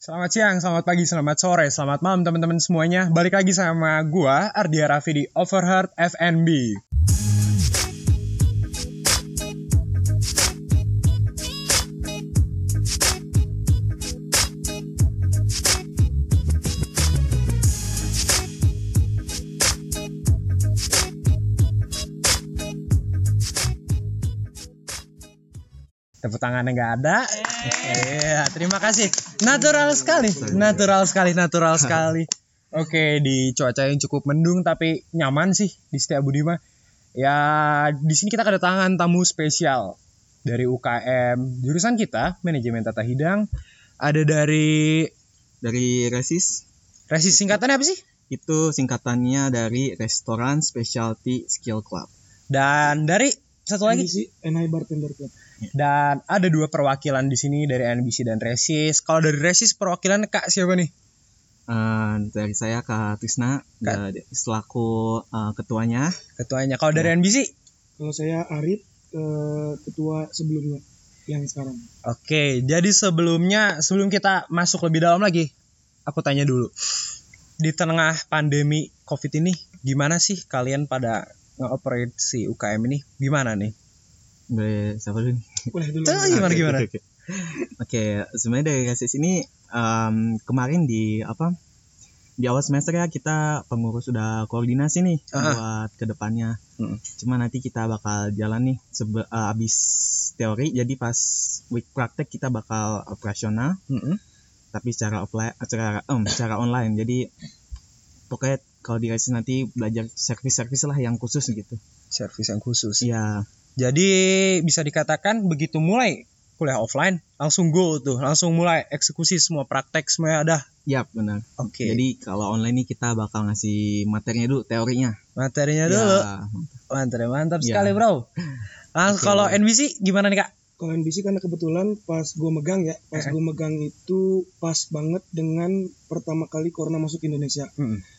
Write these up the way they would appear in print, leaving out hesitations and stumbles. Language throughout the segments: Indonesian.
Selamat siang, selamat pagi, selamat sore, selamat malam teman-teman semuanya. Balik lagi sama gua, Ardia Raffi di Overheard FNB. Tepuk tangannya nggak ada. Iya, terima kasih. Natural sekali. Oke, di cuaca yang cukup mendung tapi nyaman sih di Setiabudi mah. Ya, di sini kita kedatangan tamu spesial dari UKM jurusan kita, Manajemen Tata Hidang. Ada dari Resis. Resis, singkatannya apa sih? Itu singkatannya dari Restoran Specialty Skill Club. Dan dari satu lagi NBC Bartender Club. Dan ada dua perwakilan di sini dari NBC dan Resis. Kalau dari Resis perwakilan Kak siapa nih? Dari saya Kak Tisna, selaku ketuanya. Kalau dari NBC? Kalau saya Arif, ketua sebelumnya yang sekarang. Oke, jadi sebelum kita masuk lebih dalam lagi, aku tanya dulu. Di tengah pandemi COVID ini, gimana sih kalian pada nge-operate si UKM ini? Gimana nih? Siapa dulu nih? Boleh dulu. Gimana? Oke, sebenarnya dari Resis ini kemarin di awal semester ya kita pengurus sudah koordinasi nih buat kedepannya. Cuma nanti kita bakal jalan nih abis teori, jadi pas week praktek kita bakal operasional. Tapi secara offline, secara online. Jadi pokoknya kalau di Resis nanti belajar servis lah yang khusus gitu. Servis yang khusus. Iya. Jadi bisa dikatakan begitu mulai kuliah offline langsung mulai eksekusi semua praktek semuanya ada. Yap, benar. Oke. Jadi kalau online nih kita bakal ngasih materinya dulu, teorinya. Dulu. Mantap sekali, Bro. Kalau NBC gimana nih, Kak? Kalau NBC karena kebetulan pas gue megang itu pas banget dengan pertama kali corona masuk Indonesia.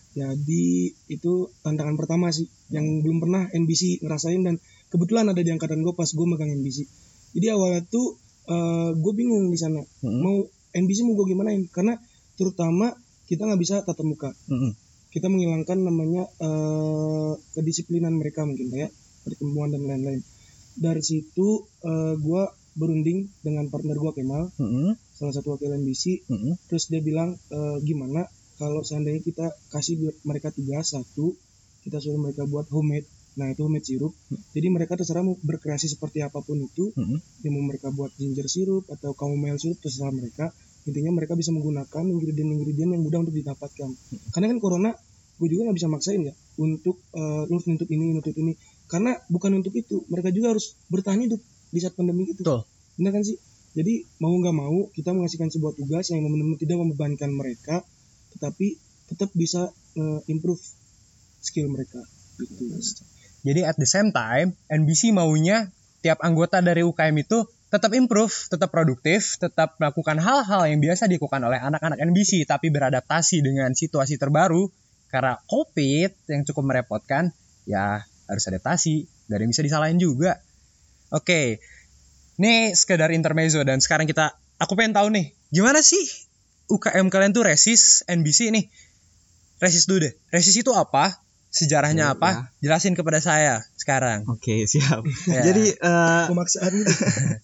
Jadi itu tantangan pertama sih yang belum pernah NBC ngerasain, dan kebetulan ada di angkatan gue pas gue megang NBC. Jadi awalnya tuh gue bingung di sana mau NBC mau gue gimanain, karena terutama kita nggak bisa tatap muka. Kita menghilangkan namanya kedisiplinan mereka mungkin kayak pertemuan dan lain-lain. Dari situ gue berunding dengan partner gue Kemal, salah satu wakil NBC. Terus dia bilang gimana kalau seandainya kita kasih mereka tugas satu, kita suruh mereka buat homemade. Nah itu homemade sirup. Jadi mereka terserah mau berkreasi seperti apapun itu. Yang mau mereka buat ginger sirup atau chamomile sirup, terserah mereka. Intinya mereka bisa menggunakan ingredient-ingredient yang mudah untuk didapatkan. Karena kan corona, gue juga nggak bisa maksain ya untuk lu harus nuntut ini. Karena bukan untuk itu, mereka juga harus bertahan hidup di saat pandemi itu. Betul. Benar kan sih? Jadi mau nggak mau kita mengasihkan sebuah tugas yang benar-benar tidak membebankan mereka, tetapi tetap bisa improve skill mereka gitu. Jadi at the same time NBC maunya tiap anggota dari UKM itu tetap improve, tetap produktif, tetap melakukan hal-hal yang biasa dilakukan oleh anak-anak NBC, tapi beradaptasi dengan situasi terbaru karena COVID yang cukup merepotkan. Ya harus adaptasi, gak ada yang bisa disalahin juga. Oke, ini sekedar intermezzo, dan sekarang aku pengen tahu nih, gimana sih UKM kalian tuh Resis, NBC nih. Resis dulu deh. Resis itu apa? Sejarahnya apa? Ya. Jelasin kepada saya sekarang. Oke, siap. Ya. Jadi pemaksaan gitu.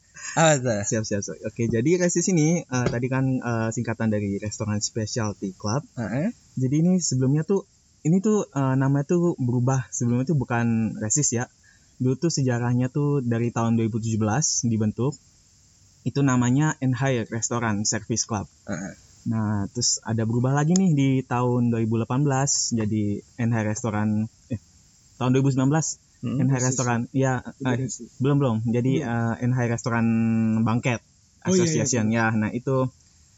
Siap. Oke, jadi Resis ini tadi kan singkatan dari Restoran Specialty Club. Jadi ini sebelumnya tuh namanya tuh berubah. Sebelumnya tuh bukan Resis ya. Dulu tuh sejarahnya tuh dari tahun 2017 dibentuk. Itu namanya NHI Restaurant Service Club. Nah, terus ada berubah lagi nih di tahun 2018 jadi NHI Restoran tahun 2019 NHI Restoran belum jadi NHI Restoran Banquet Association ya. Nah, itu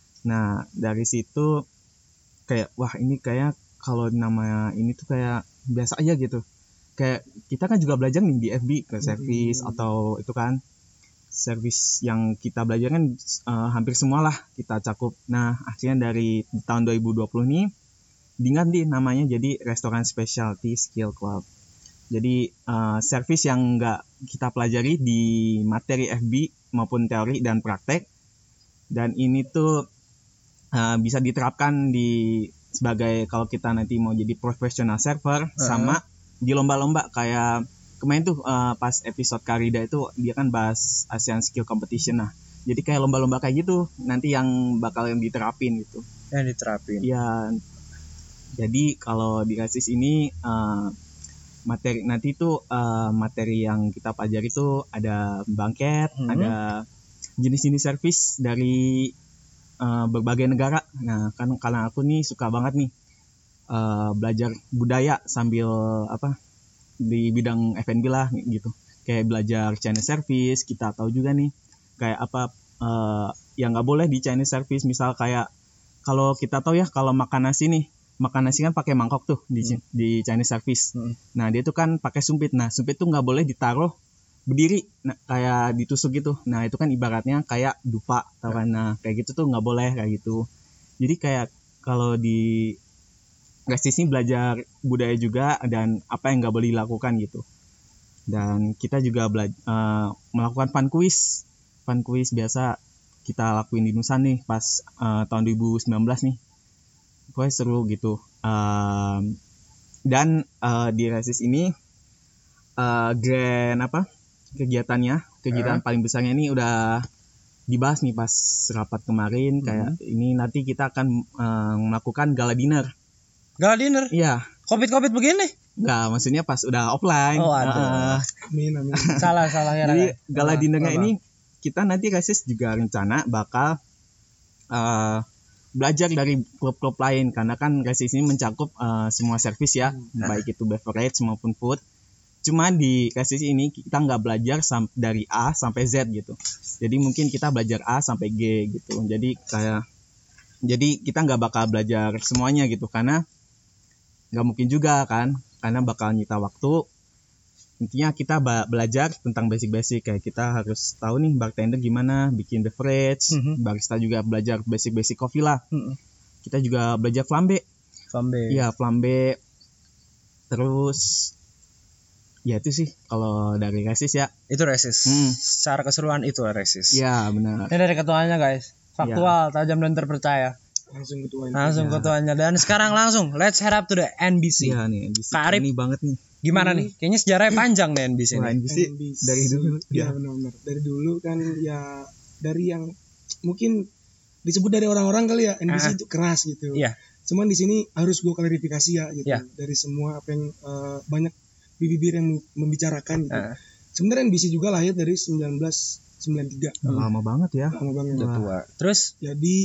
dari situ kayak wah ini kayak kalau nama ini tuh kayak biasa aja gitu. Kayak kita kan juga belajar nih di FB ke service atau itu kan servis yang kita belajar kan hampir semua lah kita cakup. Nah akhirnya dari tahun 2020 nih diganti namanya jadi Restoran Specialty Skill Club. Jadi servis yang nggak kita pelajari di materi FB maupun teori dan praktek. Dan ini tuh bisa diterapkan di sebagai kalau kita nanti mau jadi profesional server sama di lomba-lomba kayak kemarin tuh pas episode Karida itu dia kan bahas ASEAN Skill Competition. Nah, jadi kayak lomba-lomba kayak gitu nanti yang bakal yang diterapin gitu. Yang diterapin. Ya. Jadi kalau di KASIS ini materi nanti tuh materi yang kita pelajari itu ada bangket, ada jenis-jenis servis dari berbagai negara. Nah, kan karena aku nih suka banget nih belajar budaya sambil di bidang F&B lah gitu. Kayak belajar Chinese service, kita tahu juga nih kayak apa yang nggak boleh di Chinese service. Misal kayak kalau kita tahu ya kalau makan nasi kan pakai mangkok tuh di Chinese service. Nah, dia tuh kan pakai sumpit. Nah, sumpit tuh nggak boleh ditaruh berdiri, kayak ditusuk gitu. Nah, itu kan ibaratnya kayak dupa, tau kan? Nah, kayak gitu tuh nggak boleh kayak gitu. Jadi kayak kalau di KASIS ini belajar budaya juga dan apa yang nggak boleh dilakukan gitu. Dan kita juga melakukan fun quiz biasa kita lakuin di Nusan nih pas tahun 2019 nih. Pokoknya seru gitu. Dan di KASIS ini kegiatan paling besarnya ini udah dibahas nih pas rapat kemarin. Kayak ini nanti kita akan melakukan gala dinner. Gala dinner? Iya. Covid begini? Enggak, maksudnya pas udah offline. Oh, aduh. Amin. salah ya. Jadi gala dinnernya ini kita nanti KASIS juga rencana bakal belajar dari klub-klub lain karena kan KASIS ini mencakup semua servis ya, baik itu beverage maupun food. Cuma di KASIS ini kita nggak belajar dari A sampai Z gitu. Jadi mungkin kita belajar A sampai G gitu. Jadi kita nggak bakal belajar semuanya gitu karena nggak mungkin juga kan, karena bakal nyita waktu. Intinya kita belajar tentang basic-basic kayak kita harus tahu nih bartender gimana bikin beverage, barista juga belajar basic-basic kopi lah. Kita juga belajar flambe. Iya, flambe. Terus ya itu sih kalau dari KASIS ya. Itu RESIS. Secara keseluruhan itu RESIS. Ya benar. Ini dari ketuanya guys. Faktual, tajam dan terpercaya. Langsung ketuanya. Dan sekarang langsung let's head up to the NBC. Iya nih, NBC. Kak Arif ini banget nih. Gimana nih? Kayaknya sejarahnya panjang nih NBC ini. NBC dari dulu. Ya benar. Dari dulu kan ya dari yang mungkin disebut dari orang-orang kali ya NBC itu keras gitu. Iya. Cuman di sini harus gue klarifikasi ya gitu. Dari semua apa yang banyak bibir yang membicarakan gitu. Sebenarnya NBC juga lahir dari 1993. Lama banget ya. Lama banget. Udah tua. Terus jadi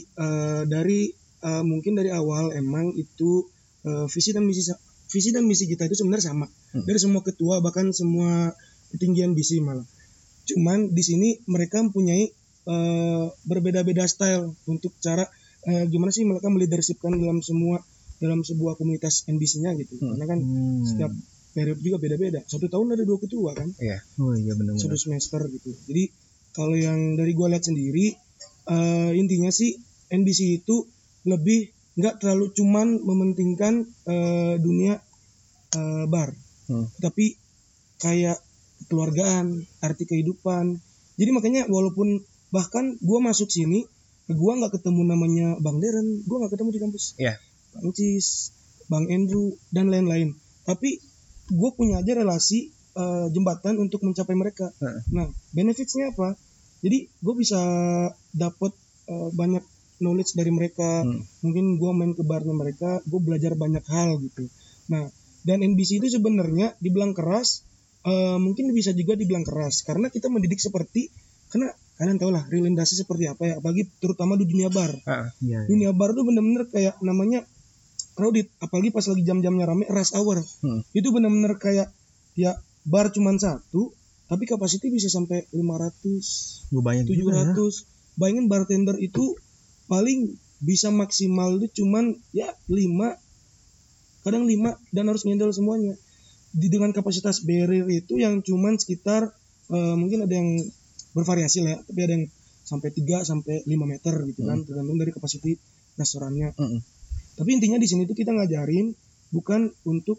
mungkin dari awal emang itu visi dan misi kita itu sebenarnya sama. Dari semua ketua bahkan semua petinggi NBC malah. Cuman di sini mereka mempunyai berbeda-beda style untuk cara gimana sih mereka meleadershipkan dalam sebuah komunitas NBC-nya gitu. Karena kan setiap periode juga beda-beda. 1 tahun ada 2 ketua kan. Iya. Oh iya benar. 1 semester gitu. Jadi kalau yang dari gue lihat sendiri intinya sih NBC itu lebih nggak terlalu cuman mementingkan dunia bar, tapi kayak kekeluargaan, arti kehidupan. Jadi makanya walaupun bahkan gue masuk sini, gue nggak ketemu namanya Bang Deren, gue nggak ketemu di kampus. Iya. Bang Cis, Bang Andrew dan lain-lain. Tapi gue punya aja relasi jembatan untuk mencapai mereka. Nah, benefitsnya apa? Jadi gue bisa dapat banyak knowledge dari mereka. Mungkin gue main ke barnya mereka, gue belajar banyak hal gitu. Nah, dan NBC itu sebenarnya dibilang keras, mungkin bisa juga dibilang keras karena kita mendidik seperti, karena kalian tahu lah real industry seperti apa ya, apalagi terutama di dunia bar. Dunia bar tuh benar-benar kayak namanya crowded, apalagi pas lagi jam-jamnya rame, rush hour. Itu benar-benar kayak ya bar cuman 1, tapi kapasiti bisa sampai 500, 700. Ya. Bayangin bartender itu paling bisa maksimal itu cuman ya 5, kadang 5 dan harus ngendel semuanya. Dengan kapasitas barrier itu yang cuman sekitar mungkin ada yang bervariasi lah ya, tapi ada yang sampai 3 sampai 5 meter gitu kan, tergantung dari kapasiti restorannya. Tapi intinya di sini tuh kita ngajarin bukan untuk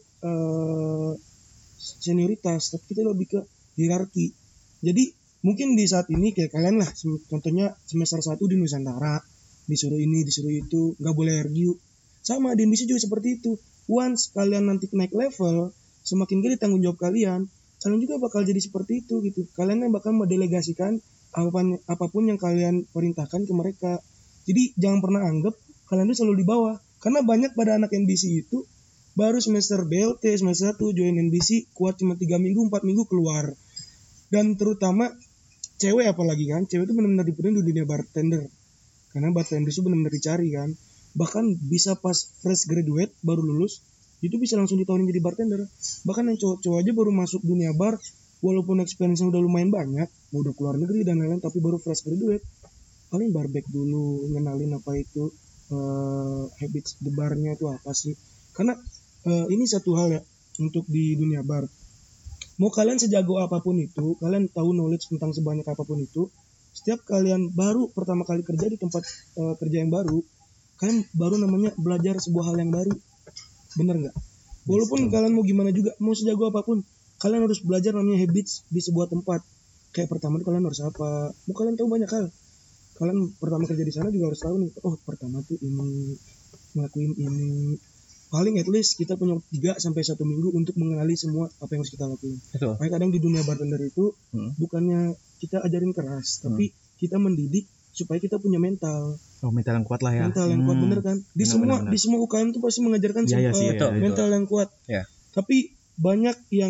senioritas, tapi kita lebih ke hierarki. Jadi mungkin di saat ini kayak kalian lah, contohnya semester 1 di Nusantara, disuruh ini disuruh itu, nggak boleh argue. Sama di NBC juga seperti itu. Once kalian nanti naik level, semakin gede tanggung jawab kalian juga bakal jadi seperti itu gitu. Kalian yang bakal mendelegasikan apapun yang kalian perintahkan ke mereka. Jadi jangan pernah anggap kalian itu selalu di bawah. Karena banyak pada anak NBC itu baru semester BLT, semester 1 join NBC, kuat cuma 3 minggu, 4 minggu keluar. Dan terutama cewek apalagi kan, cewek itu benar-benar dipenuhi di dunia bartender. Karena bartender itu benar-benar dicari kan. Bahkan bisa pas fresh graduate, baru lulus, itu bisa langsung ditawarin jadi bartender. Bahkan yang cowok-cowok aja baru masuk dunia bar, walaupun experience-nya udah lumayan banyak, udah keluar negeri dan lain-lain, tapi baru fresh graduate, paling barback dulu, ngenalin apa itu habits the barnya itu apa sih. Karena ini satu hal ya, untuk di dunia bar, mau kalian sejago apapun itu, kalian tahu knowledge tentang sebanyak apapun itu, setiap kalian baru pertama kali kerja di tempat kerja yang baru, kalian baru namanya belajar sebuah hal yang baru. Bener nggak? Walaupun kalian mau gimana juga, mau sejago apapun, kalian harus belajar namanya habits di sebuah tempat. Kayak pertama kalian harus apa? Mau kalian tahu banyak hal. Kalian pertama kerja di sana juga harus tahu nih. Oh pertama tuh ini, ngelakuin ini. Paling at least kita punya 3-1 minggu untuk mengenali semua apa yang harus kita lakuin. Makanya kadang di dunia bartender itu bukannya kita ajarin keras, tapi kita mendidik supaya kita punya mental. Oh, mental yang kuat lah ya. Mental yang kuat, bener kan? Di semua UKM tuh pasti mengajarkan mental yang kuat. Ya. Tapi banyak yang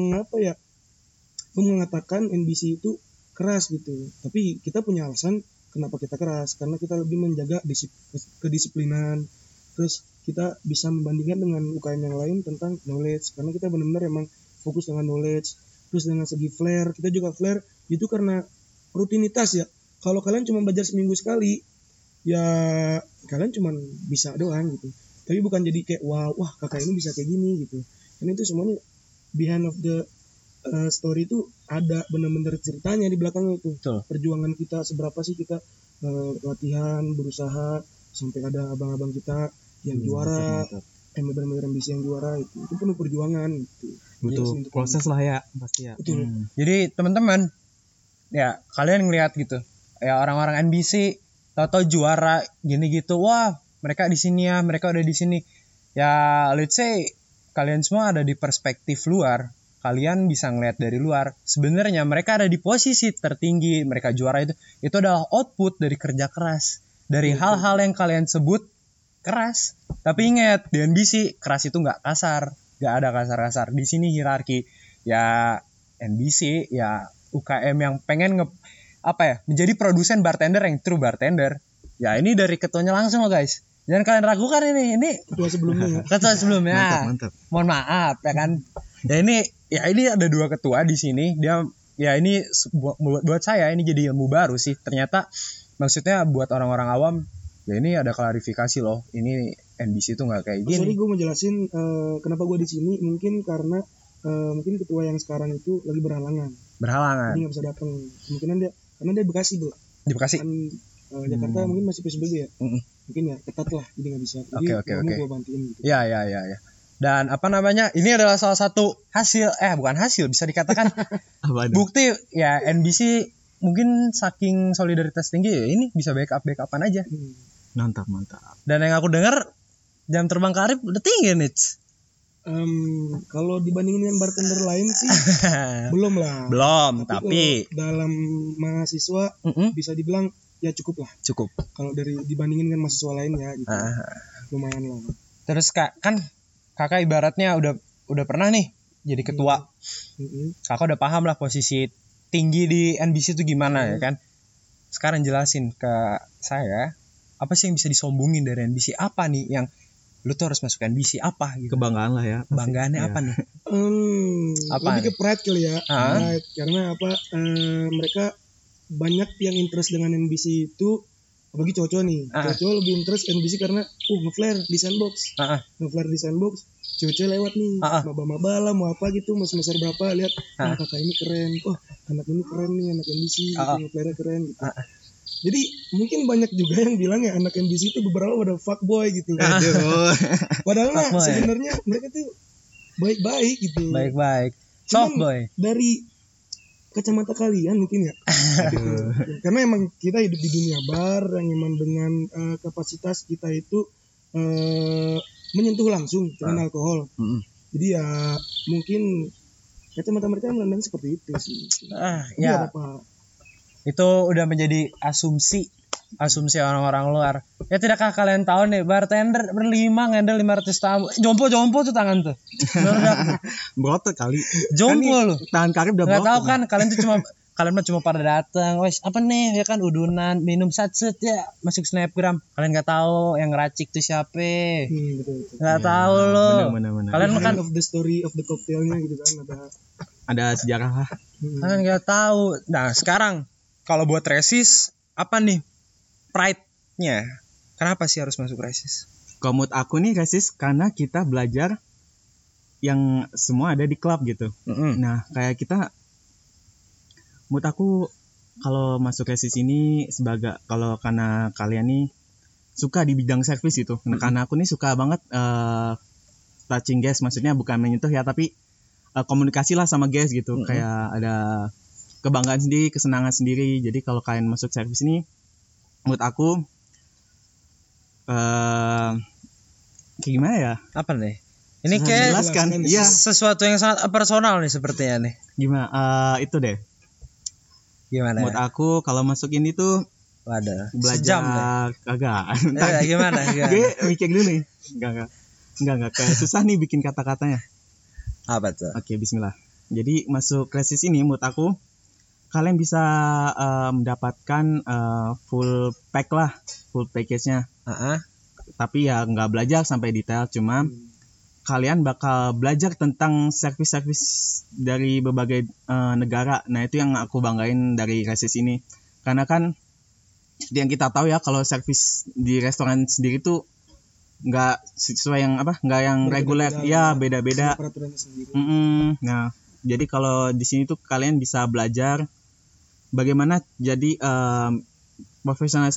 mengatakan NBC itu keras gitu. Tapi kita punya alasan kenapa kita keras, karena kita lebih menjaga kedisiplinan. Terus kita bisa membandingkan dengan UKM yang lain tentang knowledge, karena kita benar-benar emang fokus dengan knowledge. Terus dengan segi flair, kita juga flair itu karena rutinitas ya. Kalau kalian cuma belajar seminggu sekali, ya kalian cuma bisa doang gitu. Tapi bukan jadi kayak wah kakak ini bisa kayak gini gitu. Karena itu semuanya behind of the story itu ada benar-benar ceritanya di belakangnya itu. Betul. Perjuangan kita seberapa sih kita latihan, berusaha sampai ada abang-abang kita yang juara, benar-benar ambisi yang juara itu penuh perjuangan gitu. Butuh proses lah ya pasti ya. Betul. Jadi teman-teman, ya kalian ngelihat gitu, ya orang-orang NBC tahu-tahu juara gini gitu, wah mereka di sini ya, mereka udah di sini. Ya let's say kalian semua ada di perspektif luar, kalian bisa ngelihat dari luar. Sebenarnya mereka ada di posisi tertinggi, mereka juara itu adalah output dari kerja keras, dari hal-hal yang kalian sebut keras. Tapi ingat di NBC keras itu nggak kasar, nggak ada kasar-kasar. Di sini hierarki ya NBC ya UKM yang pengen menjadi produsen bartender yang true bartender. Ya ini dari ketuanya langsung loh guys. Jangan kalian ragukan ini ketua sebelumnya. Ketua sebelumnya. Mantap. Mohon maaf ya kan. Ya ini ada 2 ketua di sini. Dia ya ini buat saya ini jadi ilmu baru sih. Ternyata maksudnya buat orang-orang awam ya ini ada klarifikasi loh. Ini NBC itu nggak kayak gini. Sorry gue mau jelasin kenapa gue di sini. Mungkin karena mungkin ketua yang sekarang itu lagi berhalangan. Jadi nggak bisa datang. Kemungkinan karena dia Bekasi bro. Di Bekasi. Kan, Jakarta mungkin masih PSBB ya. Mungkin ya ketat lah, jadi nggak bisa. Jadi Oke. gue bantuin gitu. Ya. Dan ini adalah salah satu hasil, bukan hasil, bisa dikatakan bukti ya NBC mungkin saking solidaritas tinggi ya ini bisa backupan aja. Mantap. Dan yang aku dengar jam terbang Karib udah tinggi nih. Kalau dibandingin dengan bartender lain sih belum lah. Tapi dalam mahasiswa bisa dibilang ya cukup lah. Cukup. Kalau dibandingin dengan mahasiswa lain ya gitu. Lumayan lah. Terus kan kakak ibaratnya udah pernah nih jadi ketua. Kakak udah paham lah posisi tinggi di NBC itu gimana ya kan. Sekarang jelasin ke saya apa sih yang bisa disombongin dari NBC, apa nih yang lu tuh harus masuk NBC apa gitu. Kebanggaan lah ya. Banggaannya apa nih? Lebih ke pride kali ya. Pride karena mereka banyak yang interest dengan NBC itu, apalagi cowok-cowok nih. Cowok-cowok lebih interest NBC karena nge-flare di sandbox. Nge-flare di sandbox, cowok-cowok lewat nih, maba-maba lah mau apa gitu, mau semester berapa lihat, kakak ini keren, anak ini keren nih, anak NBC gitu, nge-flare keren gitu. Jadi mungkin banyak juga yang bilang ya anak NBC itu beberapa pada fuckboy gitu. Padahal sebenarnya mereka tuh baik-baik gitu. Baik-baik. Soft boy. Dari kacamata kalian mungkin ya. Karena emang kita hidup di dunia bar yang emang dengan kapasitas kita itu menyentuh langsung dengan alkohol. Jadi ya mungkin kacamata mereka memandang seperti itu sih. Ya. Itu udah menjadi asumsi orang-orang luar. Ya tidakkah kalian tahu nih, bartender berlima ngendel 500 tamu. Jompo tuh tangan tuh. Brotot kali. Jompo lu. Tangan karir udah brotot. Enggak tahu kan, kalian mah cuma pada datang. Wes, apa nih? Ya kan udunan, minum satset ya, masuk snapgram. Kalian enggak tahu yang ngeracik tuh siapa. Betul. Enggak tahu lo. Benar. Kalian kan of the story of the cocktailnya gitu kan, ada sejarah lah. Kalian enggak tahu. Nah, sekarang kalau buat Resist, apa nih pride-nya? Kenapa sih harus masuk Resist? Kalau menurut aku nih Resist karena kita belajar yang semua ada di klub gitu. Nah, kayak kita, menurut aku kalau masuk Resist ini kalau karena kalian nih suka di bidang servis gitu. Nah, karena aku nih suka banget touching gas, maksudnya bukan menyentuh ya, tapi komunikasi lah sama gas gitu. Kayak ada kebanggaan sendiri, kesenangan sendiri. Jadi kalau kalian masuk servis ini, menurut aku kayak gimana ya? Apa nih? Ini kayak sesuatu yang sangat personal nih sepertinya nih. Gimana? Itu deh. Gimana? Menurut aku kalau masuk ini tuh belajar agak. Gimana? Gue mikir dulu nih. Enggak. Kayak susah nih bikin kata-katanya. Apa tuh? Oke, bismillah. Jadi masuk Resist ini menurut aku kalian bisa mendapatkan full package-nya. Tapi ya nggak belajar sampai detail, cuma kalian bakal belajar tentang servis-servis dari berbagai negara. Nah, itu yang aku banggain dari Resist ini. Karena kan yang kita tahu ya, kalau servis di restoran sendiri tuh nggak sesuai nggak yang reguler, ya beda-beda. Nah, jadi kalau di sini tuh kalian bisa belajar bagaimana jadi professional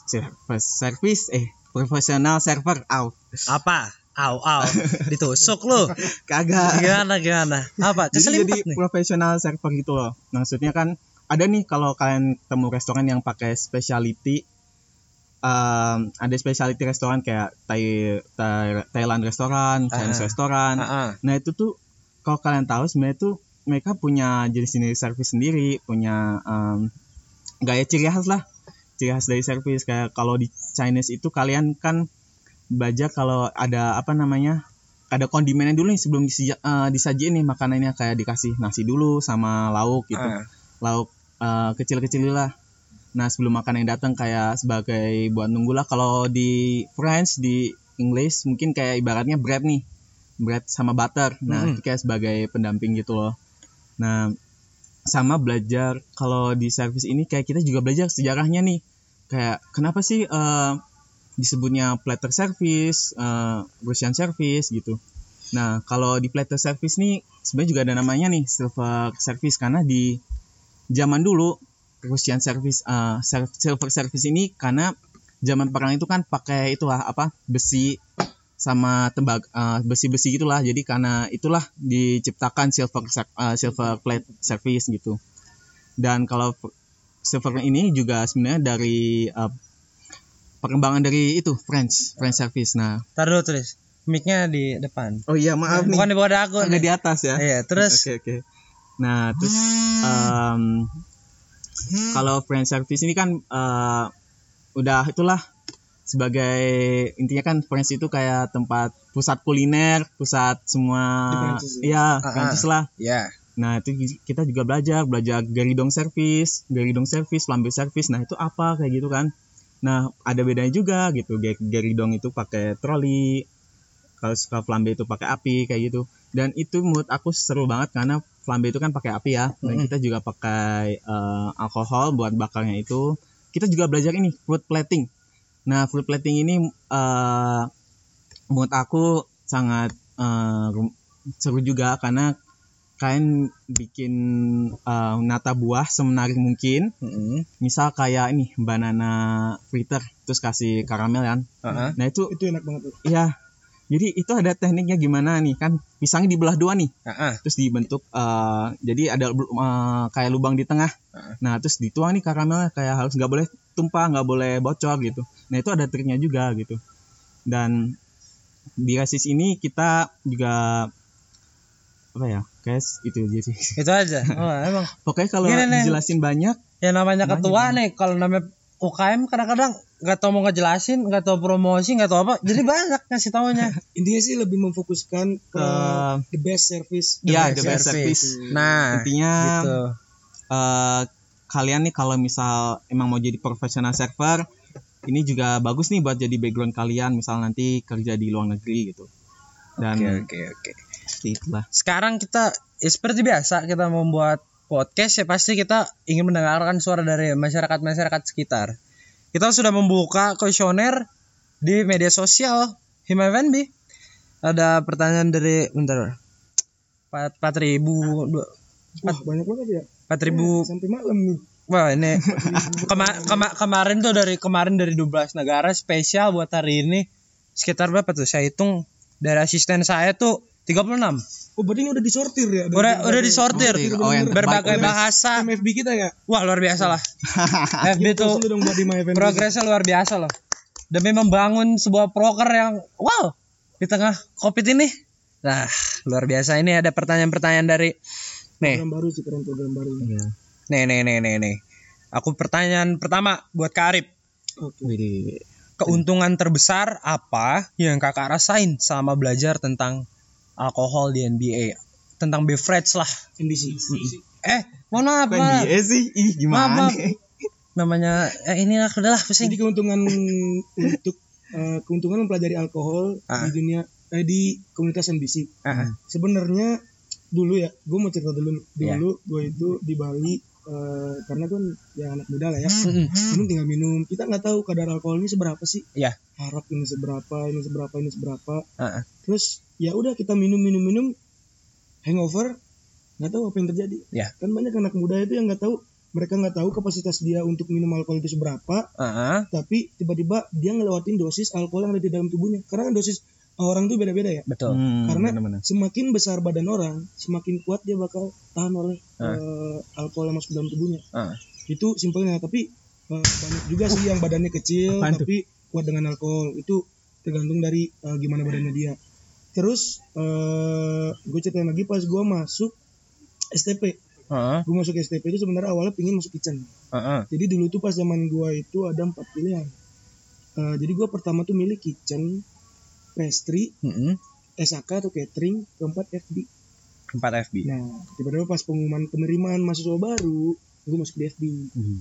professional server. Apa? Ditusuk lu. Kagak. Gimana? Apa? Jadi professional server gitu loh. Maksudnya kan ada nih kalau kalian temu restoran yang pakai specialty, ada specialty restoran kayak Thailand restoran, Chinese restoran. Nah, itu tuh kalau kalian tahu sebenarnya tuh mereka punya jenis-jenis servis sendiri, punya gaya ciri khas dari servis. Kayak kalau di Chinese itu kalian kan belajar kalau ada ada kondimennya dulu nih sebelum disajiin nih makanannya, kayak dikasih nasi dulu sama lauk gitu. Lauk kecil-kecil lah. Nah, sebelum makanan yang datang kayak sebagai buat nunggu lah. Kalau di French, di English mungkin kayak ibaratnya bread sama butter. Nah, itu kayak sebagai pendamping gitu loh. Nah, sama belajar kalau di service ini kayak kita juga belajar sejarahnya nih. Kayak kenapa sih disebutnya platter service, Russian service gitu. Nah, kalau di platter service nih sebenarnya juga ada namanya nih silver service, karena di zaman dulu Russian service, silver service ini karena zaman perang itu kan pakai besi sama besi-besi gitulah. Jadi karena itulah diciptakan silver plate service gitu. Dan kalau silver ini juga sebenarnya dari perkembangan dari itu French service. Nah, taruh tulis mic-nya di depan. Oh iya, maaf nih. Bukan di bawah aku. Ada di atas ya. Iya, terus. Oke. Nah, terus kalau French service ini kan udah itulah sebagai intinya kan French itu kayak tempat pusat kuliner, pusat semua Prancis lah. Iya. Nah, itu kita juga belajar gueridon service, flambe service. Nah, itu apa kayak gitu kan. Nah, ada bedanya juga gitu. Gueridon itu pakai troli, kalau flambe itu pakai api kayak gitu. Dan itu menurut aku seru banget karena flambe itu kan pakai api ya. Dan kita juga pakai alkohol buat bakarnya itu. Kita juga belajar ini food plating. Nah, food plating ini menurut aku sangat seru juga karena kalian bikin nata buah semenarik mungkin. Misal kayak ini banana fritter terus kasih karamel kan. Nah, itu enak banget tuh. Iya. Jadi itu ada tekniknya gimana nih, kan pisangnya dibelah dua nih, terus dibentuk jadi ada kayak lubang di tengah. Nah terus dituang nih karamelnya, kayak harus nggak boleh tumpah, nggak boleh bocor gitu. Nah itu ada triknya juga gitu. Dan di Resist ini kita juga apa ya guys, itu aja sih. Itu aja. Oh, emang. Pokoknya kalau dijelasin banyak. Ya namanya ketua nih, kalau namanya UKM kadang-kadang nggak tahu mau ngejelasin, nggak tahu promosi, nggak tahu apa, jadi banyak ngasih taunya. Intinya sih lebih memfokuskan ke the best service. The best service. Nah, intinya gitu. Kalian nih kalau misal emang mau jadi profesional server, ini juga bagus nih buat jadi background kalian, misal nanti kerja di luar negeri gitu. Dan Oke. Seperti itulah. Sekarang kita seperti biasa kita membuat podcast ya, pasti kita ingin mendengarkan suara dari masyarakat sekitar. Kita sudah membuka kuesioner di media sosial Hima FNB. Ada pertanyaan dari 4.000. Wah, banyak banget ya. 4.000 sampai malam nih. Wah, ini kemarin dari 12 negara, spesial buat hari ini. Sekitar berapa tuh? Saya hitung dari asisten saya tuh 36. Oh, berarti ini udah disortir ya? Udah disortir. Berbagai bahasa. FB kita ya? Wah, luar biasa lah. FB tuh progresnya luar biasa loh. Demi membangun sebuah proker yang wow di tengah Covid ini. Nah, luar biasa. Ini ada pertanyaan-pertanyaan dari program baru sih, program baru. Nih. Aku pertanyaan pertama buat Kak Arif. Oke. Keuntungan terbesar apa yang Kakak rasain selama belajar tentang alkohol di NBA, tentang beverage lah, NBC. Mohon maaf. NBA sih, gimana? Maaf. Namanya ini adalah pusing. Jadi keuntungan mempelajari alkohol di dunia di komunitas NBC. Sebenarnya dulu ya, gue mau cerita dulu. Gue itu di Bali karena kan ya anak muda lah ya. Tinggal minum. Kita nggak tahu kadar alkohol ini seberapa sih. Iya. Harap ini seberapa. Terus ya udah kita minum hangover, nggak tahu apa yang terjadi. Kan banyak anak muda itu yang nggak tahu, mereka nggak tahu kapasitas dia untuk minum alkohol itu seberapa. Tapi tiba-tiba dia ngelewatin dosis alkohol yang ada di dalam tubuhnya, karena kan dosis orang tuh beda-beda ya. Betul. Karena benar-benar. semakin besar badan orang, semakin kuat dia bakal tahan oleh alkohol yang masuk dalam tubuhnya. Itu simpelnya. Tapi banyak juga sih yang badannya kecil tapi kuat dengan alkohol. Itu tergantung dari gimana badannya dia. Terus gue ceritain lagi pas gue masuk STP. Gue masuk STP itu sebenarnya awalnya pengen masuk kitchen. Jadi dulu tuh pas zaman gue itu ada 4 pilihan. Jadi gue pertama tuh milih kitchen, pastry, SAK atau catering, keempat FB. Nah, tiba-tiba pas pengumuman penerimaan mahasiswa baru, gue masuk di FB.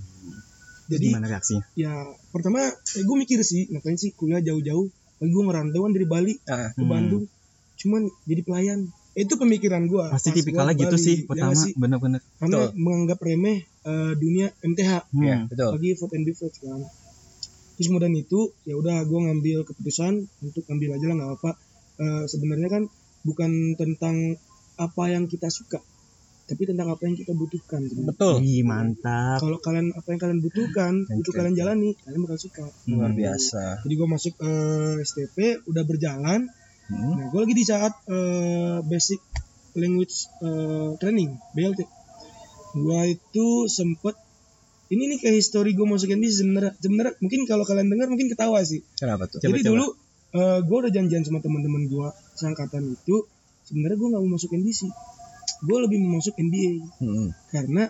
Jadi gimana reaksinya? Ya pertama gue mikir sih, ngapain sih kuliah jauh-jauh? Lagi gue ngerantauan dari Bali ke Bandung, cuman jadi pelayan. Itu pemikiran gue. Pasti tipikalnya gitu sih pertama, benar-benar. Karena menganggap remeh dunia MTH, betul. lagi food and beverage kan. Terus kemudian itu ya udah gue ngambil keputusan untuk ambil aja lah, nggak apa. Sebenarnya kan bukan tentang apa yang kita suka, tapi tentang apa yang kita butuhkan. Betul. Mantap. Kalau kalian apa yang kalian butuhkan, itu kalian jalani, kalian bakal suka. Luar biasa. Jadi gue masuk STP, udah berjalan. Nah, gue lagi di saat basic language training BLT. Gue itu sempet, ini nih kayak history gue masuk NBC sebenarnya mungkin kalau kalian dengar mungkin ketawa sih. Kenapa tuh? Jadi dulu gue udah janjian sama teman-teman gue seangkatan itu, sebenarnya gue nggak mau masuk NBC, gue lebih mau masuk NBA. Karena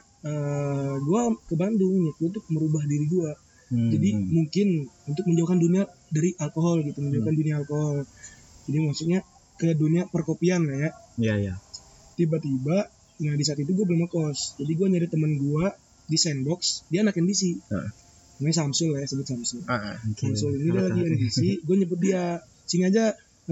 gue ke Bandung nih, gue tuh merubah diri gue. Jadi mungkin untuk menjauhkan dunia dari alkohol gitu, menjauhkan dunia alkohol. Jadi maksudnya ke dunia perkopian lah ya. Iya. Tiba-tiba, nah di saat itu gue belum ngekos. Jadi gue nyari teman gue di Sandbox, dia anak NBC. Namanya Samsul lah ya, sebut Samsul. Samsul ini dia lagi NBC, gue nyebut dia, sini aja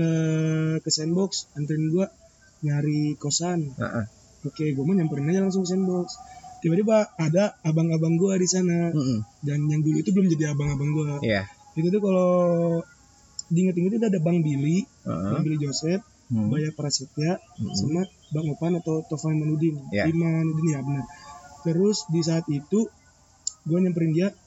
ke Sandbox, anterin gue nyari kosan. Oke, gue mau nyamperin aja langsung ke Sandbox. Tiba-tiba ada abang-abang gue di sana, dan yang dulu itu belum jadi abang-abang gue. Itu tuh kalau diinget-inget itu ada Bang Billy, Bang Billy Joseph, Baya Prasetya, sama Bang Opan atau Tovan Manudin. Imanudin ya benar. Terus di saat itu gue nyamperin dia,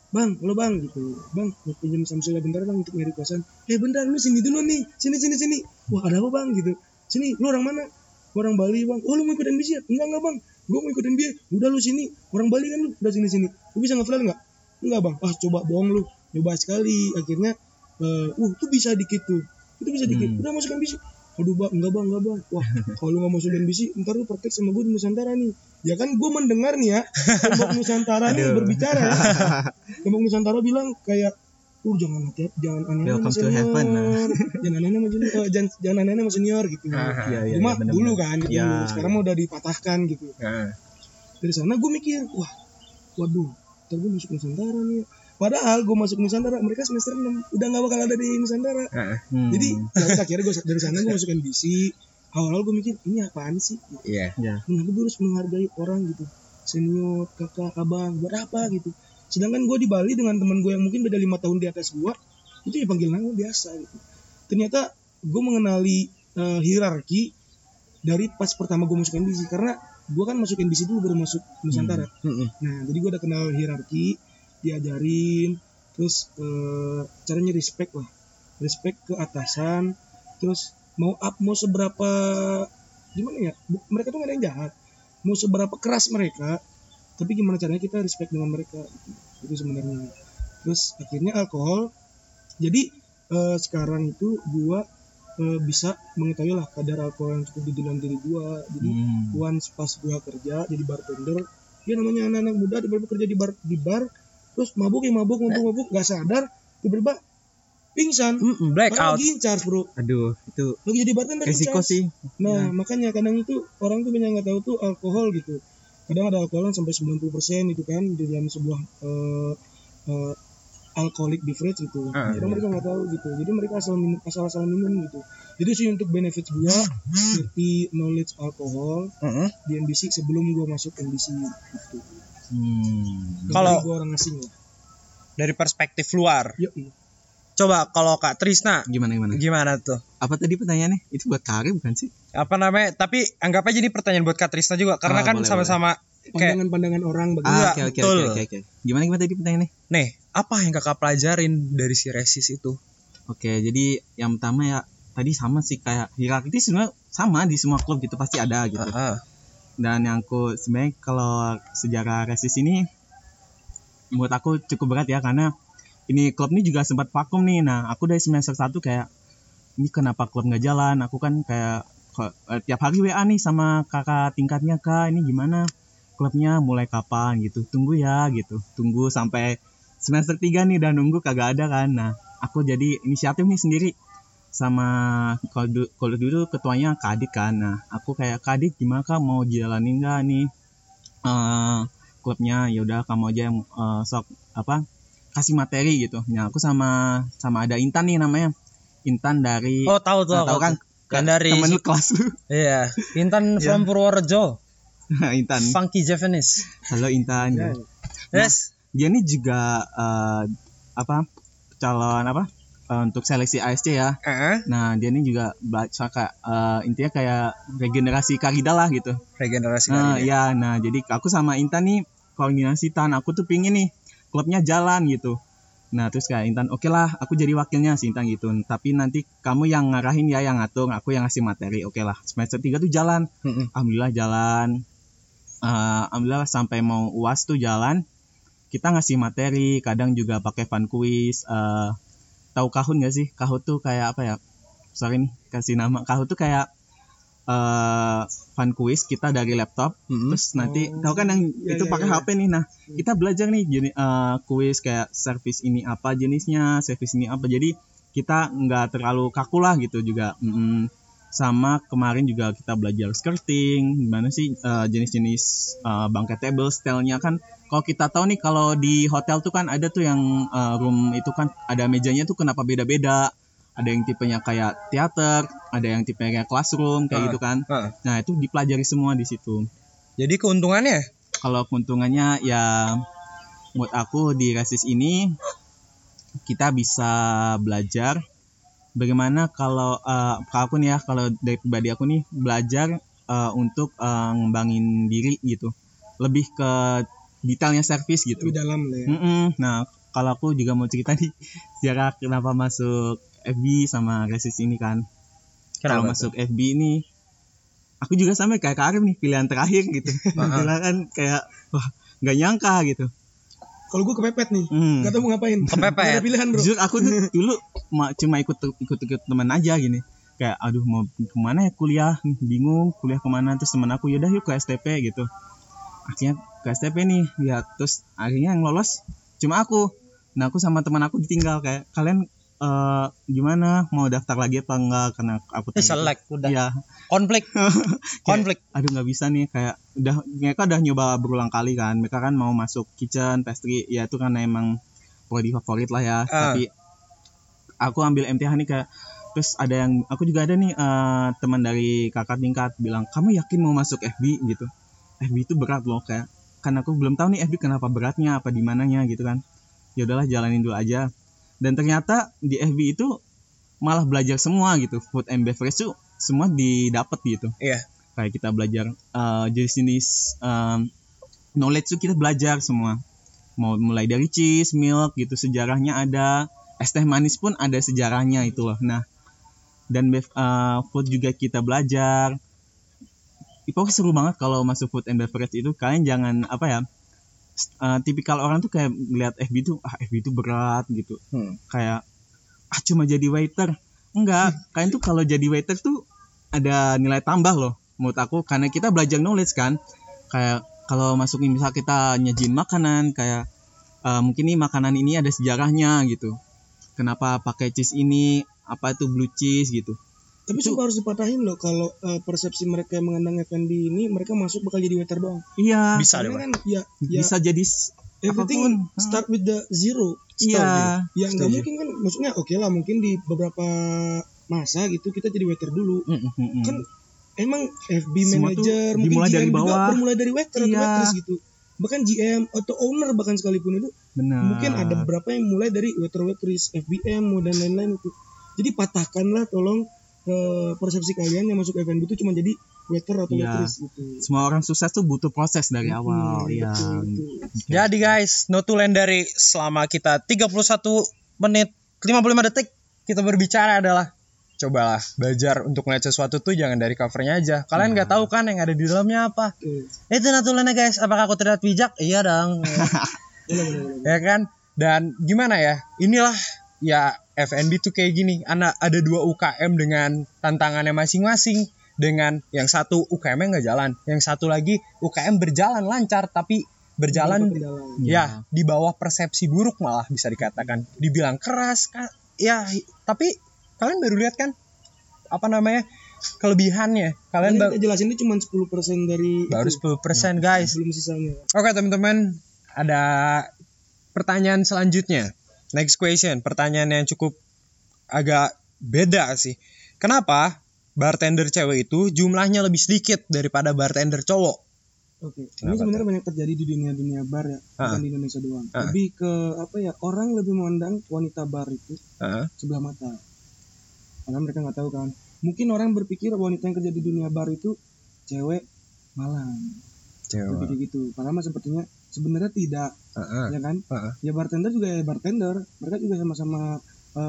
bang, lo bang gitu, bang mau pinjam Samsung bentar bang untuk nyari kosan. Bentar lu sini dulu nih, sini. Wah ada apa bang gitu? Sini, lu orang mana? Orang Bali bang. Oh lu mau ikut NBC ya? Enggak bang, gue mau ikut NBA. Udah lu sini, orang Bali kan lu, udah sini. Lu bisa ngefly nggak? Enggak bang. Coba bohong lu, coba sekali. Akhirnya, tuh bisa dikit tuh, itu bisa dikit. Udah masuk NBC. Aduh bang, enggak bang. Wah kalau lu nggak masuk NBC, ntar lu praktek sama gue di Nusantara nih. Ya kan gue mendengar nih ya, Tembok Nusantara nih berbicara ya. Tembok Nusantara bilang kayak, jangan aneh-aneh sama senior, jangan aneh-aneh sama senior gitu. Cuma dulu kan gitu, sekarang mau udah dipatahkan gitu. Dari sana gue mikir, waduh, ntar gue masuk Nusantara nih. Padahal gue masuk Nusantara, mereka semester 6 udah nggak bakal ada di Nusantara. Jadi akhirnya gue dari sana gue masuk NBC. Awal-awal gue mikir ini apaan sih? Kenapa gue harus menghargai orang gitu, senior, kakak, abang, buat apa gitu? Sedangkan gue di Bali dengan teman gue yang mungkin beda 5 tahun di atas gue, itu dipanggil nama biasa gitu. Ternyata gue mengenali hierarki dari pas pertama gue masuk NBC, karena gue kan masuk NBC dulu baru masuk Nusantara. Nah jadi gue udah kenal hierarki, diajarin, terus caranya respect ke atasan, terus mau seberapa gimana ya, mereka tuh gak ada yang jahat, mau seberapa keras mereka, tapi gimana caranya kita respect dengan mereka itu sebenarnya. Terus akhirnya alkohol, jadi sekarang itu gua bisa mengetahui lah kadar alkohol yang cukup di dalam diri gua. Jadi once pas gua kerja jadi bartender, ya namanya anak-anak muda tiba-tiba kerja di bar terus mabuk gak sadar, tiba-tiba pingsan, blackout, lagi charge bro. Aduh, itu lagi jadi bartender risiko sih. Nah makanya kadang itu orang tuh banyak nggak tahu tuh alkohol gitu. Kadang ada alkohol sampai 90% itu kan di dalam sebuah alcoholic beverage gitu. Kadang mereka nggak tahu gitu. Jadi mereka asal minum gitu. Itu sih untuk benefit gua seperti knowledge alkohol di NBC sebelum gua masuk NBC gitu. Kalau gua orang asing lah. Dari perspektif luar. Yoi. Coba kalau Kak Trisna gimana tuh? Apa tadi pertanyaannya? Itu buat Kari bukan sih? Apa namanya? Tapi anggap aja ini pertanyaan buat Kak Trisna juga, karena kan sama-sama pandangan orang bagaimana. Oke. Gimana tadi pertanyaannya? Nih, apa yang Kakak pelajarin dari si Resist itu? Oke, jadi yang pertama ya tadi sama sih, kayak hierarki sebenarnya sama di semua klub gitu, pasti ada gitu. Dan yang aku sebenarnya kalau sejarah Resist ini menurut aku cukup berat ya, karena ini klub ini juga sempat vakum nih. Nah aku dari semester 1 kayak, ini kenapa klub gak jalan? Aku kan kayak tiap hari WA nih sama kakak tingkatnya, Kak ini gimana klubnya, mulai kapan gitu, tunggu ya gitu. Tunggu sampai semester 3 nih dan nunggu kagak ada kan. Nah aku jadi inisiatif nih sendiri sama kalau dulu ketuanya Kak Adit kan. Nah aku kayak, Kak Adit gimana Kak, mau jalanin gak nih klubnya? Ya udah kamu aja yang kasih materi gitu. Nah aku sama ada Intan nih namanya, Intan dari tahu kan dari temen kelas lu. Iya, Intan from Purworejo. Intan Funky Japanese. Halo Intan. Yes. Dia nih juga calon untuk seleksi ASC ya. Nah dia nih juga kayak intinya kayak regenerasi Karida lah gitu. Regenerasi Karida. Ya, nah jadi aku sama Intan nih koordinasi, Tan aku tuh pingin nih klubnya jalan gitu. Nah terus kayak Intan, oke lah aku jadi wakilnya si Intan gitu, tapi nanti kamu yang ngarahin ya, yang ngatur, aku yang ngasih materi. Oke lah, semester 3 tuh jalan. Alhamdulillah jalan. Alhamdulillah sampai mau UAS tuh jalan. Kita ngasih materi, kadang juga pakai fun quiz. Tahu Kahoot gak sih? Kahoot tuh kayak apa ya? Sorry nih kasih nama. Kahoot tuh kayak fun quiz kita dari laptop, terus nanti tahu kan yang itu pakai HP nih. Nah kita belajar nih quiz kayak service ini apa jenisnya, service ini apa, jadi kita nggak terlalu kaku lah gitu juga. Sama kemarin juga kita belajar skirting, gimana sih jenis-jenis banquet table stylenya kan. Kalau kita tahu nih kalau di hotel tuh kan ada tuh yang room itu kan ada mejanya tuh kenapa beda-beda. Ada yang tipenya kayak teater, ada yang tipenya kayak classroom, kayak gitu kan. Nah itu dipelajari semua di situ. Jadi keuntungannya? Kalau keuntungannya ya, menurut aku di Resist ini kita bisa belajar bagaimana kalau aku nih ya, kalau dari pribadi aku nih belajar untuk ngembangin diri gitu, lebih ke detailnya service gitu. Lebih dalam lah ya. Nah kalau aku juga mau cerita nih sejarah kenapa masuk FB sama Resist ini kan. Kalau masuk FB ini aku juga sama kayak Karim nih, pilihan terakhir gitu. Gila kan, kayak wah nggak nyangka gitu. Kalau gue kepepet nih, nggak tahu mau ngapain. Kepepet. Gak ada pilihan bro. Jujur aku tuh dulu cuma ikut teman aja gini. Kayak aduh mau kemana ya kuliah, bingung kuliah kemana. Terus teman aku yaudah yuk ke STP gitu. Akhirnya ke STP nih, ya terus akhirnya yang lolos cuma aku. Nah aku sama teman aku ditinggal, kayak kalian gimana mau daftar lagi apa enggak, karena aku selek udah ya. konflik aduh nggak bisa nih, kayak mereka udah nyoba berulang kali kan, mereka kan mau masuk kitchen pastry ya, itu kan emang prodi favorit lah ya. Tapi aku ambil MTH nih kayak, terus ada yang aku juga ada nih teman dari kakak tingkat bilang, kamu yakin mau masuk FB gitu, FB itu berat loh, kayak kan aku belum tahu nih FB kenapa beratnya, apa di mananya gitu kan. Ya udahlah jalanin dulu aja. Dan ternyata di FB itu malah belajar semua gitu, food and beverage tuh semua didapat gitu. Iya. Kayak kita belajar jenis knowledge tuh kita belajar semua. Mau mulai dari cheese, milk gitu, sejarahnya ada, es teh manis pun ada sejarahnya itu loh. Nah, dan food juga kita belajar. Pokoknya seru banget kalau masuk food and beverage itu. Kalian jangan tipikal orang tuh kayak ngeliat FB itu berat gitu. Kayak cuma jadi waiter. Enggak, kalian tuh kalau jadi waiter tuh ada nilai tambah loh menurut aku, karena kita belajar knowledge kan. Kayak kalau masuk misal kita nyajin makanan, kayak mungkin nih makanan ini ada sejarahnya gitu. Kenapa pakai cheese ini, apa itu blue cheese gitu. Tapi sumpah harus dipatahin loh kalau persepsi mereka yang mengandang F&B ini, mereka masuk bakal jadi waiter doang. Iya. Bisa deh, kan ya bisa jadi everything apapun. Start with the zero. Iya. Ya nggak mungkin kan, maksudnya oke lah mungkin di beberapa masa gitu kita jadi waiter dulu. Kan emang FB manager mungkin GM juga bermulai dari waiter atau waitress gitu. Bahkan GM atau owner bahkan sekalipun itu. Benar. Mungkin ada beberapa yang mulai dari waiter waitress, FBM dan lain-lain itu. Jadi patahkanlah tolong persepsi kalian yang masuk F&B itu cuma jadi waiter atau waitress gitu. Semua orang sukses tuh butuh proses dari awal. Iya. Jadi guys, notulen dari selama kita 31 menit 55 detik kita berbicara adalah, cobalah belajar untuk ngeliat sesuatu tuh jangan dari covernya aja. Kalian nggak tahu kan yang ada di dalamnya apa. Itu notulennya guys. Apakah aku terlihat bijak? Iya dong. Ya kan? Dan gimana ya? Inilah ya F&B tuh kayak gini. Ada 2 UKM dengan tantangannya masing-masing. Dengan yang satu UKM-nya nggak jalan, yang satu lagi UKM berjalan lancar tapi berjalan ya di bawah persepsi buruk, malah bisa dikatakan. Dibilang keras ya, tapi kalian baru lihat kan kelebihannya. Kalian kita jelasin ini cuma 10% dari baru 10% guys. Belum sisanya. Oke teman-teman, ada pertanyaan selanjutnya. Next question, pertanyaan yang cukup agak beda sih. Kenapa bartender cewek itu jumlahnya lebih sedikit daripada bartender cowok? Oke. Ini sebenarnya banyak terjadi di dunia bar ya, bukan di Indonesia doang. Lebih ke orang lebih memandang wanita bar itu sebelah mata. Karena mereka nggak tahu kan. Mungkin orang berpikir wanita yang kerja di dunia bar itu cewek malam. Lebih gitu. Padahal sepertinya sebenarnya tidak, ya kan? Ya bartender juga ya bartender. Mereka juga sama-sama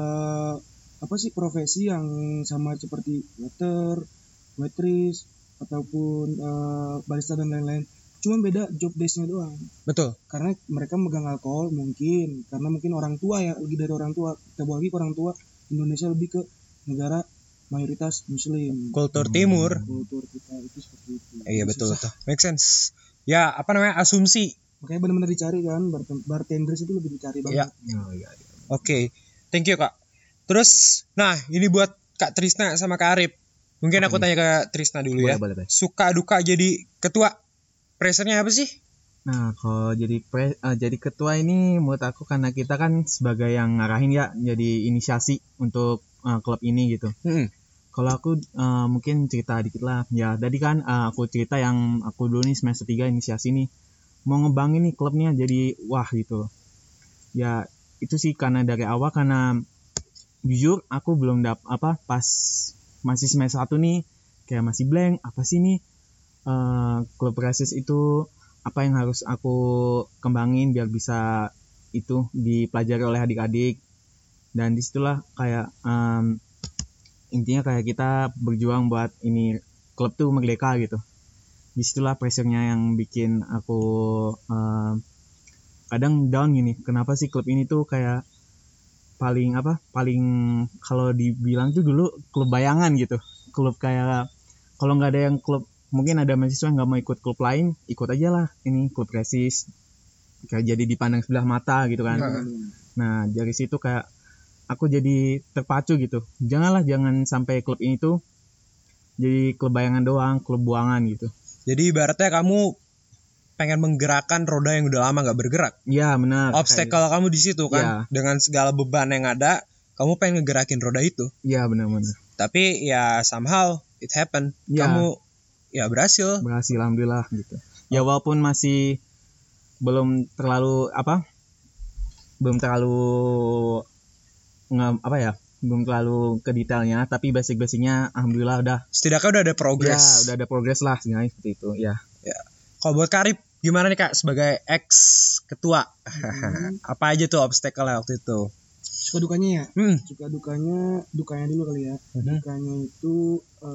profesi yang sama seperti waiter, waitress ataupun barista dan lain-lain. Cuma beda job desk-nya doang. Betul. Karena mereka megang alkohol mungkin, karena mungkin orang tua ya, lebih dari orang tua. Kita bawa lagi ke orang tua. Indonesia lebih ke negara mayoritas muslim. Kultur timur. Kultur kita itu seperti itu. Iya betul. Make sense. Ya asumsi. Makanya benar-benar dicari kan, bartenders itu lebih dicari banget. Iya. Oke. Thank you Kak. Terus, nah ini buat Kak Trisna sama Kak Arif. Mungkin aku tanya ke Trisna dulu ya. Boleh. Suka duka jadi ketua, pressure-nya apa sih? Nah, kalau jadi ketua ini menurut aku karena kita kan sebagai yang ngarahin ya, jadi inisiasi untuk klub ini gitu. Kalau aku mungkin cerita dikit lah. Ya, tadi kan aku cerita yang aku dulu nih semester 3 inisiasi nih. Mau ngebangin nih klubnya jadi wah gitu. Ya, itu sih karena dari awal, karena jujur aku belum pas masih semester 1 nih kayak masih blank, apa sih nih klub Resist itu, apa yang harus aku kembangin biar bisa itu dipelajari oleh adik-adik, dan disitulah kayak intinya kayak kita berjuang buat ini klub tuh merdeka gitu. Disitulah pressure-nya yang bikin aku kadang down gini, kenapa sih klub ini tuh kayak paling kalau dibilang tuh dulu klub bayangan gitu, klub kayak kalau nggak ada yang klub, mungkin ada mahasiswa yang nggak mau ikut klub lain, ikut aja lah ini klub resist, kayak jadi dipandang sebelah mata gitu kan. Nah dari situ kayak aku jadi terpacu gitu, jangan sampai klub ini tuh jadi klub bayangan doang, klub buangan gitu. Jadi ibaratnya kamu pengen menggerakkan roda yang udah lama nggak bergerak. Iya benar. Obstacle kamu di situ kan, dengan segala beban yang ada, kamu pengen ngegerakin roda itu. Iya benar-benar. Tapi ya somehow it happen. Kamu ya berhasil. Alhamdulillah gitu. Ya walaupun masih belum terlalu ke detailnya, tapi basic-basicnya alhamdulillah udah. Setidaknya udah ada progres. Ya, udah ada progres lah sebenarnya seperti itu, ya. Kalau buat Karib gimana nih Kak sebagai ex ketua? Apa aja tuh obstacle waktu itu? Suka dukanya ya? Suka dukanya dulu kali ya. Dukanya itu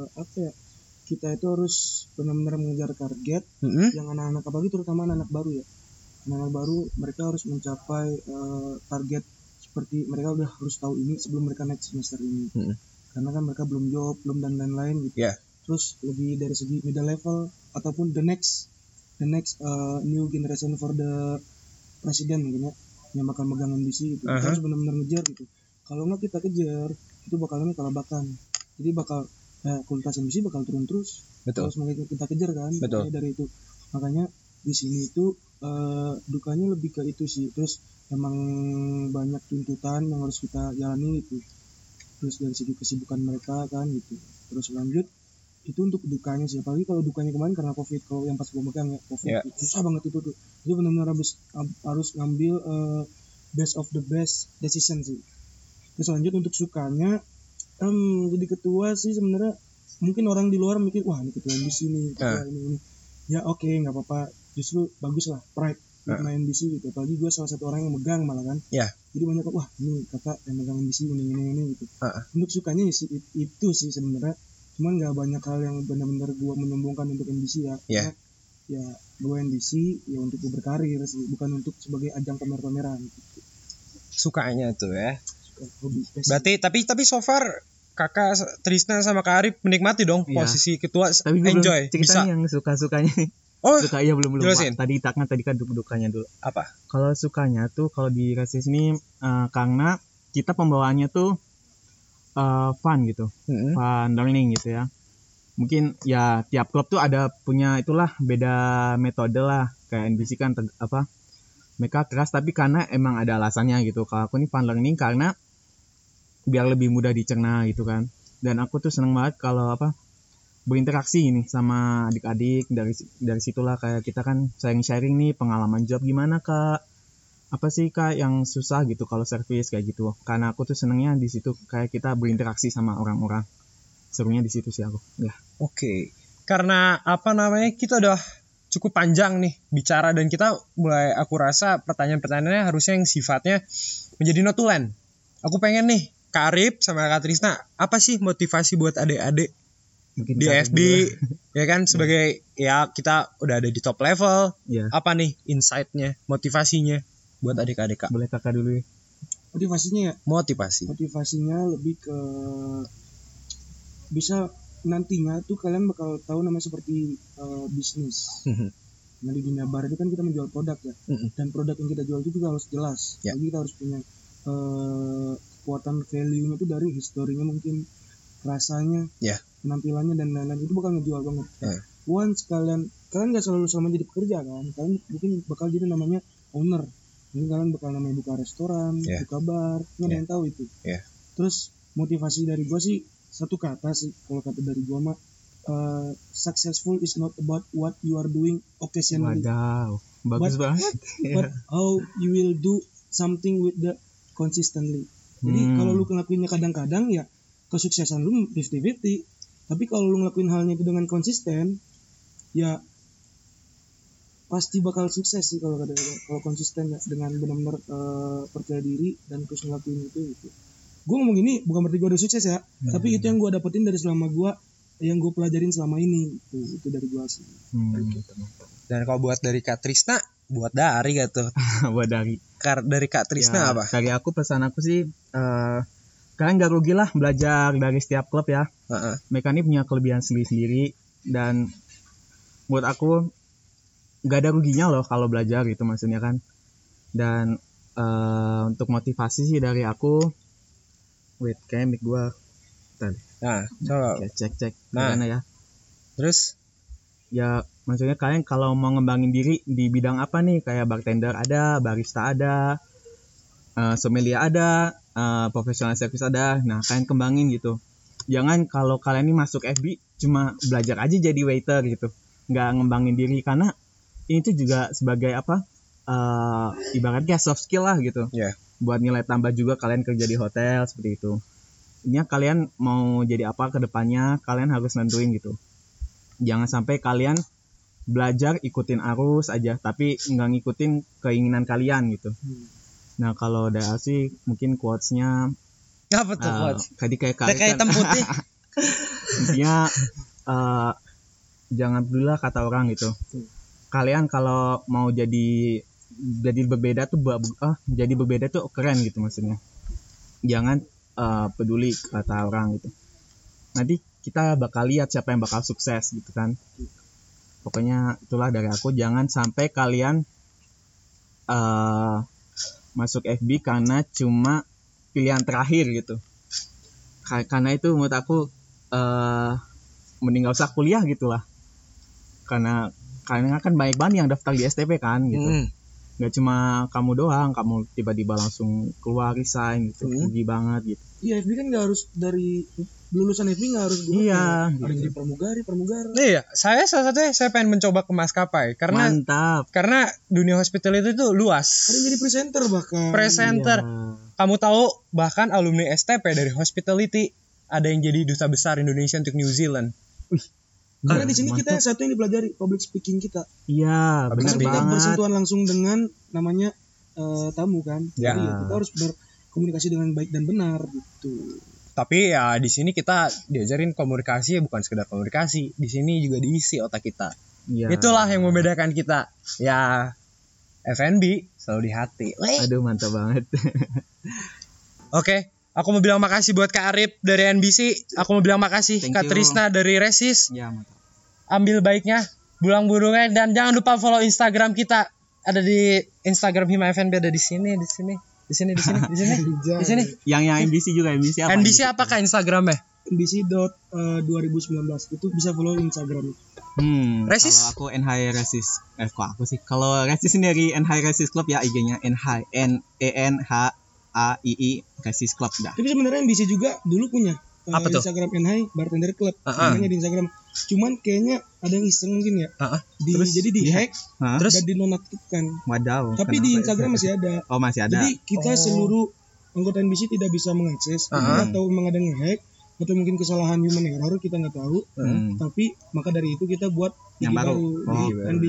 kita itu harus benar-benar mengejar target yang anak-anak, apalagi terutama anak-anak baru ya. Anak-anak baru mereka harus mencapai target seperti mereka udah harus tahu ini sebelum mereka naik semester ini. Karena kan mereka belum job, belum dan lain-lain gitu. Terus lebih dari segi middle level ataupun the next new generation for the president mungkin ya, yang bakal megang ambisi gitu. Kita harus benar-benar ngejar gitu. Kalau nggak kita kejar, itu bakalnya kelabakan. Jadi bakal kualitas ambisi bakal turun terus. Betul. Terus kita kejar kan. Betul. Dari itu makanya di sini itu dukanya lebih ke itu sih. Terus emang banyak tuntutan yang harus kita jalani gitu. Terus dari segi kesibukan mereka kan gitu. Terus lanjut itu untuk dukanya sih, apalagi kalau dukanya kemarin karena COVID. Kalau yang pas gue megang ya COVID susah banget itu tuh. Jadi benar-benar harus ngambil best of the best decision sih. Terus lanjut untuk sukanya, jadi ketua sih sebenarnya mungkin orang di luar mikir wah ini ketua NBC nih, ini ya oke, nggak apa-apa, justru bagus lah, pride main NBC gitu. Apalagi gue salah satu orang yang megang malah kan. Jadi banyak wah ini kakak yang megang NBC ini gitu. Untuk sukanya sih itu sih sebenarnya. Cuman nggak banyak hal yang benar-benar gue menyombongkan untuk NBC ya. Karena ya gue NBC ya untuk gue berkarir sih, bukan untuk sebagai ajang pamer-pameran gitu. Sukanya tuh ya. Hobi. Berarti tapi so far Kakak Trisna sama Kak Arif menikmati dong posisi ketua. Tapi gue enjoy. Belum bisa yang suka-sukanya nih. Suka ya belum. Tadi kan dukanya dulu. Apa? Kalau sukanya tuh kalau di Resis ini karena kita pembawaannya tuh fun gitu, fun learning gitu ya. Mungkin ya tiap klub tuh ada punya itulah beda metode lah. Kayak NBC kan mereka keras tapi karena emang ada alasannya gitu. Kalau aku nih fun learning karena biar lebih mudah dicerna gitu kan. Dan aku tuh seneng banget kalau berinteraksi ini sama adik-adik. Dari situlah kayak kita kan sharing nih pengalaman job gimana Kak. Apa sih Kak yang susah gitu kalau servis kayak gitu. Karena aku tuh senengnya di situ kayak kita berinteraksi sama orang-orang. Serunya di situ sih aku. Ya. Oke. Karena kita udah cukup panjang nih bicara dan kita mulai, aku rasa pertanyaan-pertanyaannya harusnya yang sifatnya menjadi notulen. Aku pengen nih Kak Arif sama Kak Trisna, apa sih motivasi buat adik-adik mungkin di FB ya kan, sebagai ya kita udah ada di top level. Apa nih insight-nya, motivasinya buat adik-adik Kak? Boleh Kakak dulu ya. Motivasinya lebih ke bisa nantinya tuh kalian bakal tahu namanya seperti bisnis. Nah di dunia bar itu kan kita menjual produk ya. Dan produk yang kita jual itu juga harus jelas. Jadi kita harus punya kekuatan value-nya itu dari historinya, mungkin rasanya, penampilannya dan lain-lain, itu bakal ngejual banget. Once kalian nggak selalu sama jadi pekerja kan, kalian mungkin bakal jadi namanya owner. Mungkin kalian bakal namanya buka restoran, buka bar, nggak ada yang tahu itu. Terus motivasi dari gue sih satu kata sih, kalau kata dari gue mah successful is not about what you are doing occasionally. Wadaw, bagus banget. But how you will do something with the consistently. Jadi kalau lu ngelakuinnya kadang-kadang ya kesuksesan lu 50-50. Tapi kalau lu ngelakuin halnya itu dengan konsisten, ya pasti bakal sukses sih kalau konsisten ya, dengan benar-benar percaya diri dan terus ngelakuin itu gitu. Gue ngomong ini bukan berarti gue udah sukses ya, tapi itu yang gue dapetin dari selama gue yang gue pelajarin selama ini itu dari gue sih. Dan kalau buat dari Kak Trisna, buat dari gitu. Buat dari Kak Trisna apa? Dari aku, pesan aku sih kalian gak rugi lah belajar dari setiap klub ya. Mereka ini punya kelebihan sendiri-sendiri, dan buat aku gak ada ruginya loh kalau belajar gitu maksudnya kan. Dan untuk motivasi sih dari aku, kayak mic gua tadi. Nah, coba cek nah ya. Terus ya maksudnya kalian kalau mau ngembangin diri di bidang apa nih, kayak bartender ada, barista ada, sommelier ada, professional service ada. Nah kalian kembangin gitu. Jangan kalau kalian ini masuk FB cuma belajar aja jadi waiter gitu, nggak ngembangin diri, karena ini tuh juga sebagai apa, ibaratnya soft skill lah gitu. Buat nilai tambah juga kalian kerja di hotel seperti itu. Ini kalian mau jadi apa ke depannya, kalian harus nentuin gitu. Jangan sampai kalian belajar ikutin arus aja tapi nggak ngikutin keinginan kalian gitu. Nah kalau dari sih mungkin quotes-nya apa tuh quotes? Kayak hitam putih. Intinya jangan pedulilah kata orang gitu. Kalian kalau mau jadi berbeda tuh jadi berbeda tuh keren gitu maksudnya. Jangan peduli kata orang gitu. Nanti kita bakal lihat siapa yang bakal sukses gitu kan. Pokoknya itulah dari aku, jangan sampai kalian masuk FB karena cuma pilihan terakhir gitu. Karena itu menurut aku mending gak usah kuliah gitu lah. Karena kan banyak banget yang daftar di STP kan gitu. Gak cuma kamu doang, kamu tiba-tiba langsung keluar resign gitu, rugi banget gitu. Iya, FB kan gak harus dari lulusan FB gak harus gue. Iya, ada yang jadi pramugara. Iya, saya salah satunya saya pengen mencoba ke maskapai karena mantap. Karena dunia hospitality itu luas. Ada yang jadi presenter. Iya. Kamu tahu bahkan alumni STP dari hospitality ada yang jadi duta besar Indonesia untuk New Zealand. Karena di sini kita satu yang dipelajari public speaking kita. Iya, benar banget. Kita bersentuhan langsung dengan namanya tamu kan. Ya. Jadi kita harus berkomunikasi dengan baik dan benar gitu. Tapi ya di sini kita diajarin komunikasi bukan sekedar komunikasi. Di sini juga diisi otak kita. Ya. Itulah yang membedakan kita. Ya FNB selalu di hati. Aduh mantap banget. Oke, aku mau bilang makasih buat Kak Arif dari NBC. Aku mau bilang makasih Kak Trisna dari Resist. Ya, mantap. Ambil baiknya, bulang-bulungnya, dan jangan lupa follow Instagram kita. Ada di Instagram Hima FNB, ada di sini. Di sini. Yang NBC juga, NBC apa? NBC apakah Instagramnya? NBC.2019 itu bisa follow Instagram. Resist? Kalau aku NHI Resist. Kok aku sih? Kalau Resist ini dari NHI Resist Club ya, IG-nya NHAII Resist Club dah. Tapi sebenarnya NBC juga dulu punya Instagram NHI Bartender Club. Namanya di Instagram. Cuman kayaknya ada yang iseng mungkin ya. Jadi di-hack dan dinonaktifkan. Wadaw. Tapi di Instagram masih ada. Oh, masih ada. Jadi kita seluruh anggota NBC tidak bisa mengakses atau memang ada nge-hack atau mungkin kesalahan human error, kita nggak tahu. Tapi maka dari itu kita buat yang baru di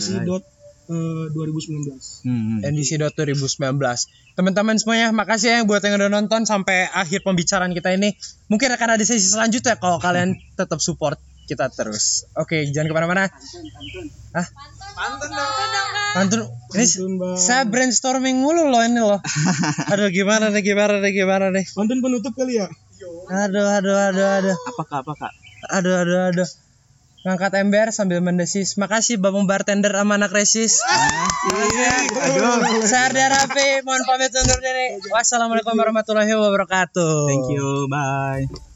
NBC.2019. NBC.2019. Teman-teman semuanya, makasih ya buat yang udah nonton sampai akhir pembicaraan kita ini. Mungkin akan ada sesi selanjutnya kalau kalian tetap support kita terus. Oke, jangan kemana-mana. Pantun. Ini saya brainstorming mulu loh ini loh. Aduh gimana nih. Pantun penutup kali ya. Aduh. Apakah? Aduh. Ngangkat ember sambil mendesis. Makasih Bapak Bartender sama anak Resist. Aduh. Saya Arda Rafi, mohon pamit undur diri. Wassalamualaikum warahmatullahi wabarakatuh. Thank you, bye.